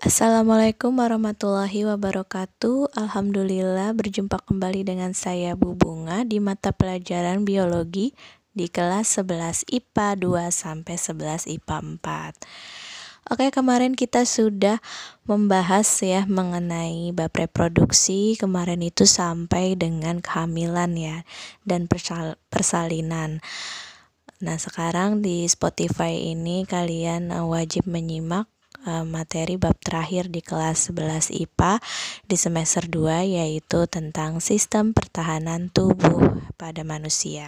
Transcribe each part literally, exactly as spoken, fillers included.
Assalamualaikum warahmatullahi wabarakatuh. Alhamdulillah berjumpa kembali dengan saya Bu Bunga di mata pelajaran biologi di kelas sebelas I P A dua sampai sebelas I P A empat. Oke, kemarin kita sudah membahas ya mengenai bab reproduksi. Kemarin itu sampai dengan kehamilan ya dan persal- persalinan. Nah, sekarang di Spotify ini kalian uh, wajib menyimak uh, materi bab terakhir di kelas sebelas I P A di semester dua, yaitu tentang sistem pertahanan tubuh pada manusia.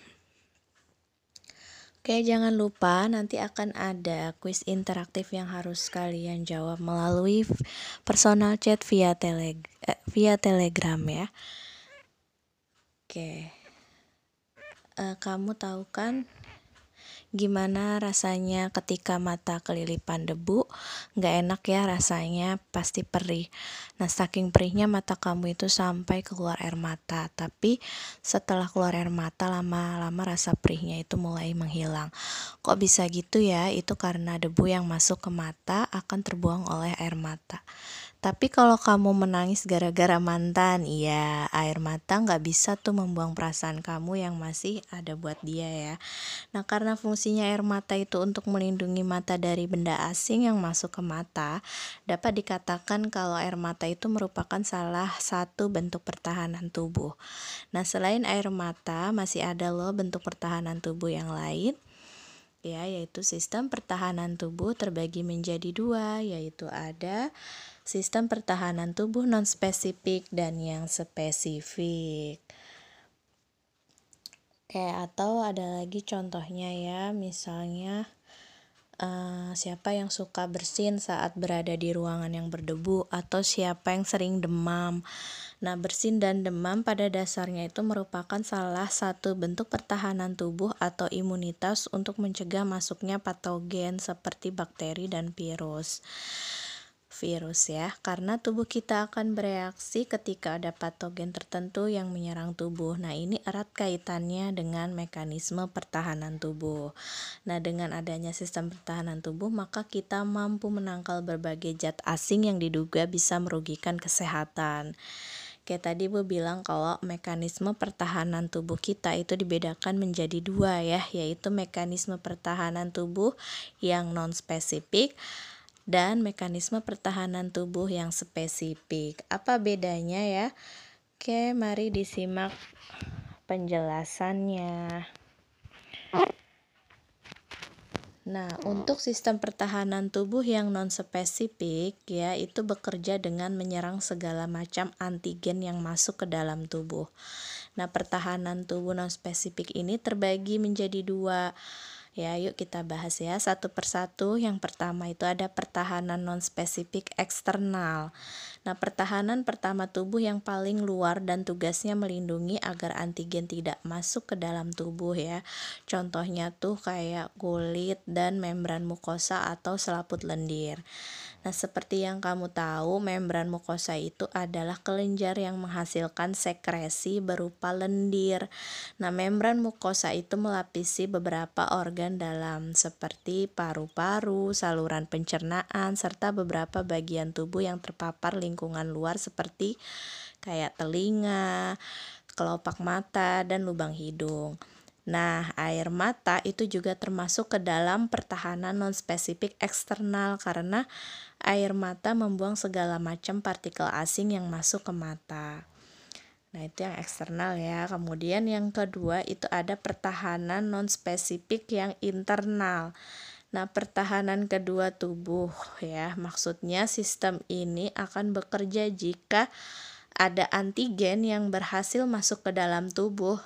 Oke, jangan lupa nanti akan ada kuis interaktif yang harus kalian jawab melalui personal chat via teleg- eh, via Telegram ya. Oke. Uh, kamu tahu kan gimana rasanya ketika mata kelilipan debu? Gak enak ya rasanya, pasti perih. Nah, saking perihnya mata kamu itu sampai keluar air mata. Tapi setelah keluar air mata, lama-lama rasa perihnya itu mulai menghilang. Kok bisa gitu ya? Itu karena debu yang masuk ke mata akan terbuang oleh air mata. Tapi kalau kamu menangis gara-gara mantan, iya, air mata gak bisa tuh membuang perasaan kamu yang masih ada buat dia ya. Nah, karena fungsinya air mata itu untuk melindungi mata dari benda asing yang masuk ke mata, dapat dikatakan kalau air mata itu merupakan salah satu bentuk pertahanan tubuh. Nah, selain air mata, masih ada loh bentuk pertahanan tubuh yang lain, ya, yaitu sistem pertahanan tubuh terbagi menjadi dua, yaitu ada sistem pertahanan tubuh non-spesifik dan yang spesifik. Oke, atau ada lagi contohnya ya, misalnya uh, siapa yang suka bersin saat berada di ruangan yang berdebu, atau siapa yang sering demam. Nah, bersin dan demam pada dasarnya itu merupakan salah satu bentuk pertahanan tubuh atau imunitas untuk mencegah masuknya patogen seperti bakteri dan virus. Virus ya, karena tubuh kita akan bereaksi ketika ada patogen tertentu yang menyerang tubuh. Nah, ini erat kaitannya dengan mekanisme pertahanan tubuh. Nah, dengan adanya sistem pertahanan tubuh, maka kita mampu menangkal berbagai zat asing yang diduga bisa merugikan kesehatan. Kayak tadi Bu bilang kalau mekanisme pertahanan tubuh kita itu dibedakan menjadi dua ya, yaitu mekanisme pertahanan tubuh yang non-spesifik dan mekanisme pertahanan tubuh yang spesifik. Apa bedanya ya? Oke, mari disimak penjelasannya. Nah, untuk sistem pertahanan tubuh yang non-spesifik ya, itu bekerja dengan menyerang segala macam antigen yang masuk ke dalam tubuh. Nah, pertahanan tubuh non-spesifik ini terbagi menjadi dua. Ya, yuk kita bahas ya satu persatu. Yang pertama itu ada pertahanan non-spesifik eksternal. Nah, pertahanan pertama tubuh yang paling luar dan tugasnya melindungi agar antigen tidak masuk ke dalam tubuh ya. Contohnya tuh kayak kulit dan membran mukosa atau selaput lendir. Nah, seperti yang kamu tahu, membran mukosa itu adalah kelenjar yang menghasilkan sekresi berupa lendir. Nah, membran mukosa itu melapisi beberapa organ dalam seperti paru-paru, saluran pencernaan, serta beberapa bagian tubuh yang terpapar lingkungan luar seperti kayak telinga, kelopak mata, dan lubang hidung. Nah, air mata itu juga termasuk ke dalam pertahanan non-spesifik eksternal karena air mata membuang segala macam partikel asing yang masuk ke mata. Nah, itu yang eksternal ya. Kemudian yang kedua itu ada pertahanan non-spesifik yang internal. Nah, pertahanan kedua tubuh ya, maksudnya sistem ini akan bekerja jika ada antigen yang berhasil masuk ke dalam tubuh.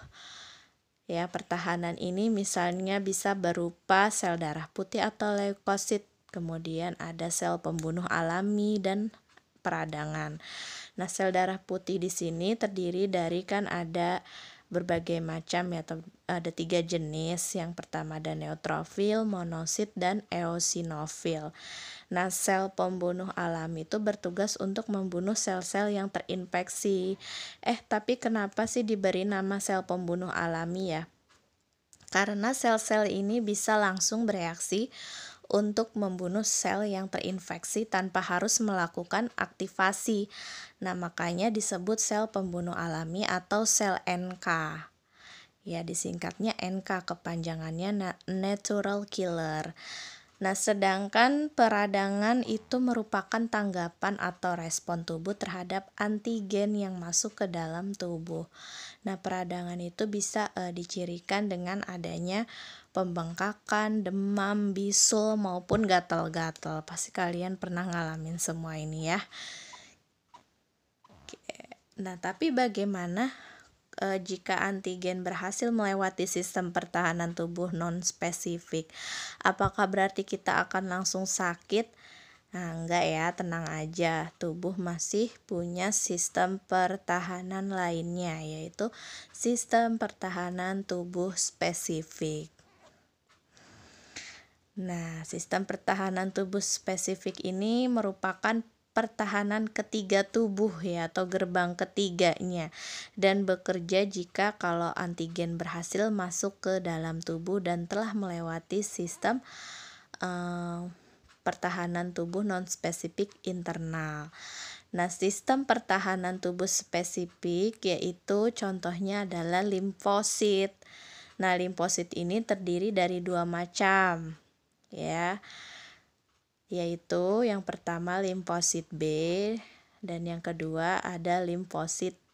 Ya, pertahanan ini misalnya bisa berupa sel darah putih atau leukosit, kemudian ada sel pembunuh alami dan peradangan. Nah, sel darah putih di sini terdiri dari kan ada berbagai macam ya, ada tiga jenis. Yang pertama ada neutrofil, monosit, dan eosinofil. Nah, sel pembunuh alami itu bertugas untuk membunuh sel-sel yang terinfeksi. Eh, tapi kenapa sih diberi nama sel pembunuh alami ya? Karena sel-sel ini bisa langsung bereaksi untuk membunuh sel yang terinfeksi tanpa harus melakukan aktivasi. Nah, makanya disebut sel pembunuh alami atau sel N K. Ya, disingkatnya N K, kepanjangannya natural killer. Nah, sedangkan peradangan itu merupakan tanggapan atau respon tubuh terhadap antigen yang masuk ke dalam tubuh. Nah, peradangan itu bisa e, dicirikan dengan adanya pembengkakan, demam, bisul, maupun gatal-gatal. Pasti kalian pernah ngalamin semua ini ya. Oke. Nah, tapi bagaimana e, jika antigen berhasil melewati sistem pertahanan tubuh non-spesifik? Apakah berarti kita akan langsung sakit? Nah, enggak ya, tenang aja. Tubuh masih punya sistem pertahanan lainnya, yaitu sistem pertahanan tubuh spesifik. Nah, sistem pertahanan tubuh spesifik ini merupakan pertahanan ketiga tubuh ya, atau gerbang ketiganya, dan bekerja jika kalau antigen berhasil masuk ke dalam tubuh dan telah melewati sistem uh, pertahanan tubuh non-spesifik internal. Nah, sistem pertahanan tubuh spesifik yaitu contohnya adalah limfosit. Nah, limfosit ini terdiri dari dua macam ya, yaitu yang pertama limfosit B dan yang kedua ada limfosit T.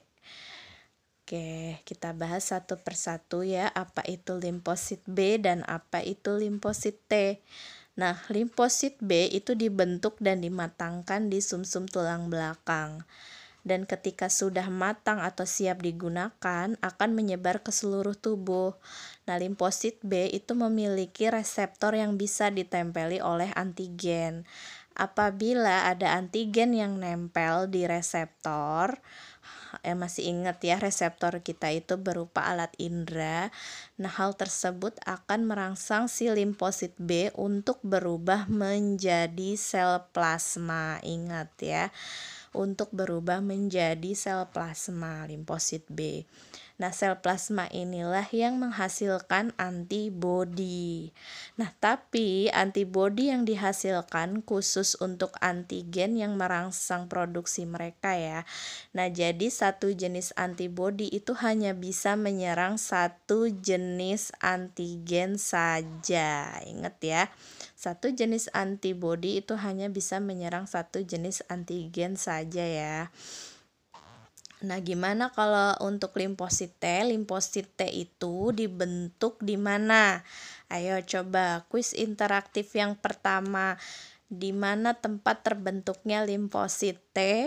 Oke, kita bahas satu persatu ya, apa itu limfosit B dan apa itu limfosit T. Nah, limfosit B itu dibentuk dan dimatangkan di sumsum tulang belakang. Dan ketika sudah matang atau siap digunakan, akan menyebar ke seluruh tubuh. Nah, limfosit B itu memiliki reseptor yang bisa ditempeli oleh antigen. Apabila ada antigen yang nempel di reseptor, eh, masih ingat ya, reseptor kita itu berupa alat indera. Nah, hal tersebut akan merangsang si limfosit B untuk berubah menjadi sel plasma. Ingat ya, untuk berubah menjadi sel plasma limfosit B. Nah, sel plasma inilah yang menghasilkan antibodi. Nah, tapi antibodi yang dihasilkan khusus untuk antigen yang merangsang produksi mereka ya. Nah, jadi satu jenis antibodi itu hanya bisa menyerang satu jenis antigen saja. Ingat ya, satu jenis antibodi itu hanya bisa menyerang satu jenis antigen saja ya. Nah, gimana kalau untuk limfosit T? Limfosit T itu dibentuk di mana? Ayo coba kuis interaktif yang pertama. Di mana tempat terbentuknya limfosit T?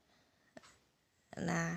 Nah,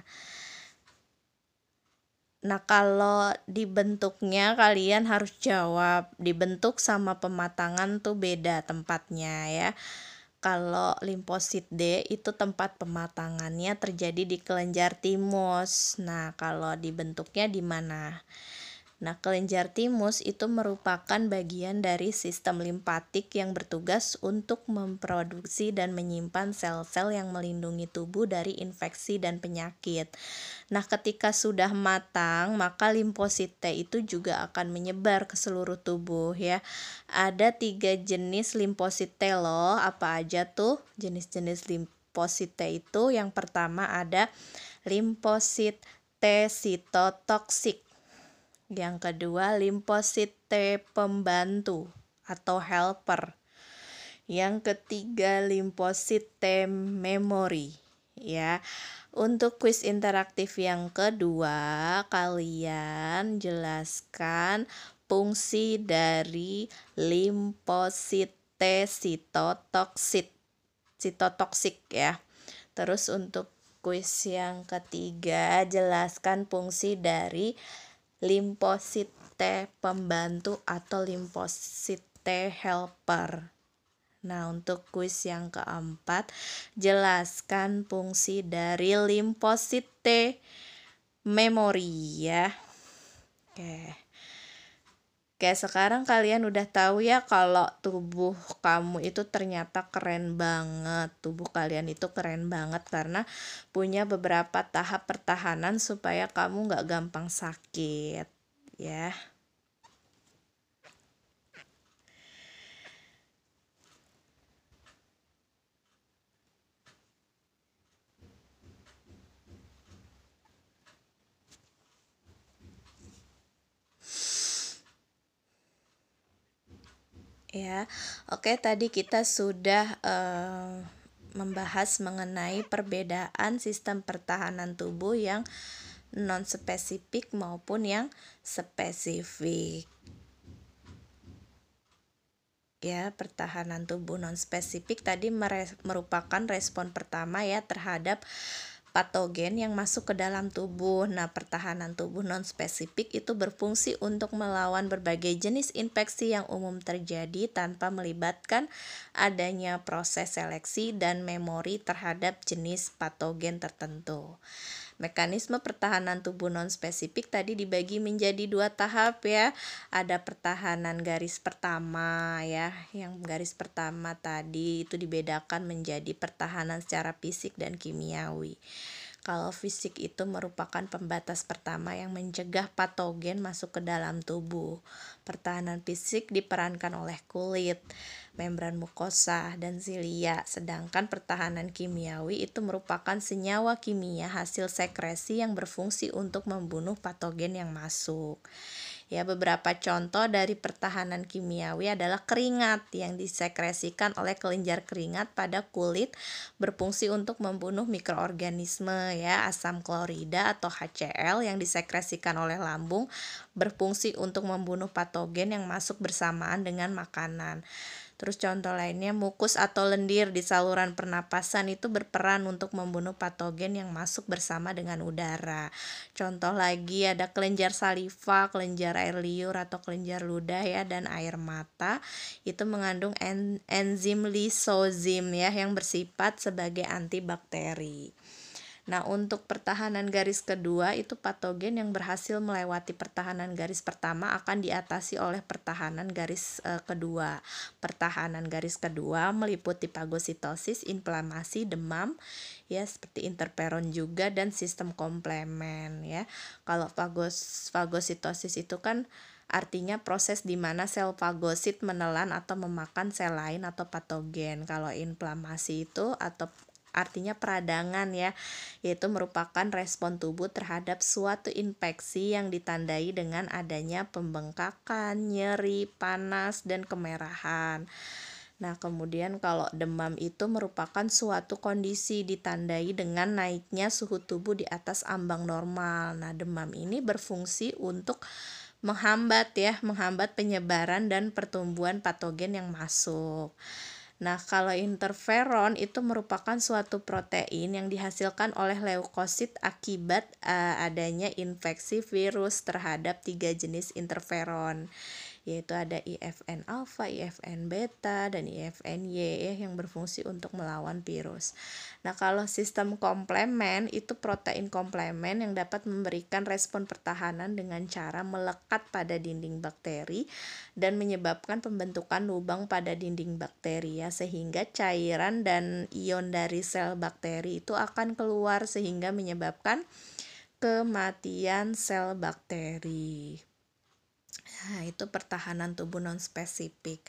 Nah, kalau dibentuknya kalian harus jawab. Dibentuk sama pematangan tuh beda tempatnya ya. Kalau limfosit D itu tempat pematangannya terjadi di kelenjar timus. Nah, kalau dibentuknya di mana? Nah, kelenjar timus itu merupakan bagian dari sistem limfatik yang bertugas untuk memproduksi dan menyimpan sel-sel yang melindungi tubuh dari infeksi dan penyakit. Nah, ketika sudah matang, maka limfosit T itu juga akan menyebar ke seluruh tubuh ya. Ada tiga jenis limfosit T loh. Apa aja tuh jenis-jenis limfosit T itu? Yang pertama ada limfosit T sitotoksik. Yang kedua limfosit T pembantu atau helper. Yang ketiga limfosit T memori ya. Untuk kuis interaktif yang kedua, kalian jelaskan fungsi dari limfosit T sitotoksik sitotoksik ya. Terus untuk kuis yang ketiga, jelaskan fungsi dari limfosit T pembantu atau limfosit T helper. Nah, untuk kuis yang keempat, jelaskan fungsi dari limfosit T memori ya. Oke. Oke, sekarang kalian udah tahu ya kalau tubuh kamu itu ternyata keren banget. Tubuh kalian itu keren banget karena punya beberapa tahap pertahanan supaya kamu nggak gampang sakit ya. ya. Oke, tadi kita sudah eh, membahas mengenai perbedaan sistem pertahanan tubuh yang non spesifik maupun yang spesifik. Ya, pertahanan tubuh non spesifik tadi merupakan respon pertama ya terhadap patogen yang masuk ke dalam tubuh. Nah, pertahanan tubuh non spesifik itu berfungsi untuk melawan berbagai jenis infeksi yang umum terjadi tanpa melibatkan adanya proses seleksi dan memori terhadap jenis patogen tertentu. Mekanisme pertahanan tubuh non spesifik tadi dibagi menjadi dua tahap ya. Ada pertahanan garis pertama ya, yang garis pertama tadi itu dibedakan menjadi pertahanan secara fisik dan kimiawi. Kalau fisik itu merupakan pembatas pertama yang mencegah patogen masuk ke dalam tubuh. Pertahanan fisik diperankan oleh kulit, membran mukosa, dan silia. Sedangkan pertahanan kimiawi itu merupakan senyawa kimia hasil sekresi yang berfungsi untuk membunuh patogen yang masuk. Ya, beberapa contoh dari pertahanan kimiawi adalah keringat yang disekresikan oleh kelenjar keringat pada kulit berfungsi untuk membunuh mikroorganisme ya, asam klorida atau H C l yang disekresikan oleh lambung berfungsi untuk membunuh patogen yang masuk bersamaan dengan makanan. Terus contoh lainnya, mukus atau lendir di saluran pernapasan itu berperan untuk membunuh patogen yang masuk bersama dengan udara. Contoh lagi ada kelenjar saliva, kelenjar air liur atau kelenjar ludah ya, dan air mata itu mengandung en enzim lisozim ya yang bersifat sebagai antibakteri. Nah, untuk pertahanan garis kedua itu patogen yang berhasil melewati pertahanan garis pertama akan diatasi oleh pertahanan garis e, kedua. Pertahanan garis kedua meliputi fagositosis, inflamasi, demam ya seperti interferon juga dan sistem komplement ya. Kalau fagos fagositosis itu kan artinya proses di mana sel fagosit menelan atau memakan sel lain atau patogen. Kalau inflamasi itu atau artinya peradangan ya, yaitu merupakan respon tubuh terhadap suatu infeksi yang ditandai dengan adanya pembengkakan, nyeri, panas, dan kemerahan. Nah, kemudian kalau demam itu merupakan suatu kondisi ditandai dengan naiknya suhu tubuh di atas ambang normal. Nah, demam ini berfungsi untuk menghambat ya, menghambat penyebaran dan pertumbuhan patogen yang masuk. Nah, kalau interferon itu merupakan suatu protein yang dihasilkan oleh leukosit akibat uh, adanya infeksi virus terhadap tiga jenis interferon, yaitu ada I F N alpha, I F N beta, dan I F N Y ya, yang berfungsi untuk melawan virus. Nah, kalau sistem komplement itu protein komplement yang dapat memberikan respon pertahanan dengan cara melekat pada dinding bakteri dan menyebabkan pembentukan lubang pada dinding bakteri ya, sehingga cairan dan ion dari sel bakteri itu akan keluar sehingga menyebabkan kematian sel bakteri. Nah, itu pertahanan tubuh non spesifik.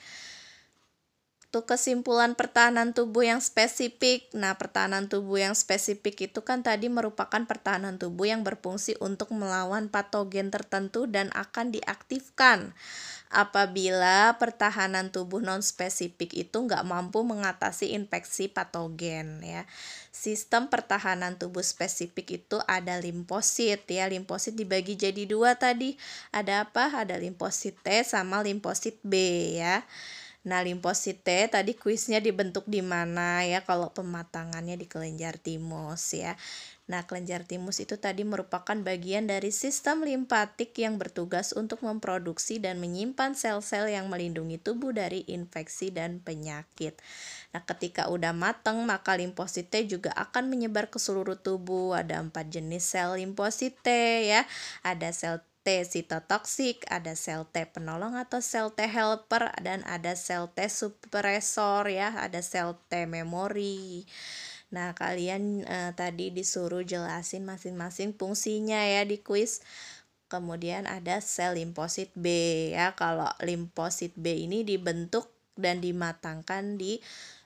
Tuh kesimpulan pertahanan tubuh yang spesifik. Nah, pertahanan tubuh yang spesifik itu kan tadi merupakan pertahanan tubuh yang berfungsi untuk melawan patogen tertentu dan akan diaktifkan apabila pertahanan tubuh non spesifik itu nggak mampu mengatasi infeksi patogen ya. Sistem pertahanan tubuh spesifik itu ada limfosit ya. Limfosit dibagi jadi dua tadi. Ada apa? Ada limfosit T sama limfosit B ya. Nah, limfosit T tadi kuisnya dibentuk di mana ya? Kalau pematangannya di kelenjar timus ya. Nah, kelenjar timus itu tadi merupakan bagian dari sistem limfatik yang bertugas untuk memproduksi dan menyimpan sel-sel yang melindungi tubuh dari infeksi dan penyakit. Nah, ketika udah matang, maka limfosit T juga akan menyebar ke seluruh tubuh. Ada empat jenis sel limfosit T ya. Ada sel T sitotoksik, ada sel T penolong atau sel T helper, dan ada sel T suppresor ya, ada sel T memori. Nah, kalian eh, tadi disuruh jelasin masing-masing fungsinya ya di kuis. Kemudian ada sel limfosit B ya. Kalau limfosit B ini dibentuk dan dimatangkan di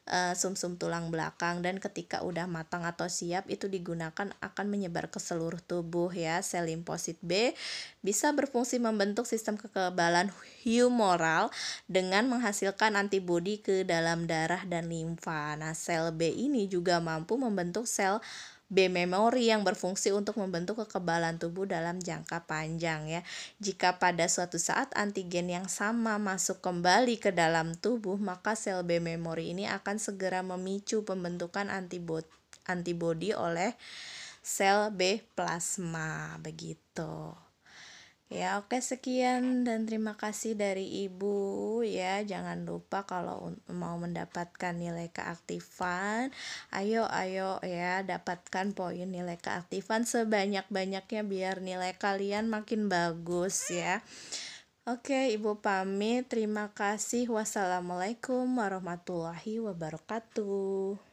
uh, sumsum tulang belakang, dan ketika udah matang atau siap itu digunakan akan menyebar ke seluruh tubuh ya. Sel limfosit B bisa berfungsi membentuk sistem kekebalan humoral dengan menghasilkan antibodi ke dalam darah dan limfa. Nah, sel B ini juga mampu membentuk sel B memori yang berfungsi untuk membentuk kekebalan tubuh dalam jangka panjang ya. Jika pada suatu saat antigen yang sama masuk kembali ke dalam tubuh, maka sel B memori ini akan segera memicu pembentukan antibodi antibodi oleh sel B plasma begitu. Ya, oke, sekian dan terima kasih dari Ibu ya. Jangan lupa kalau mau mendapatkan nilai keaktifan, ayo ayo ya dapatkan poin nilai keaktifan sebanyak-banyaknya biar nilai kalian makin bagus ya. Oke, Ibu pamit. Terima kasih. Wassalamualaikum warahmatullahi wabarakatuh.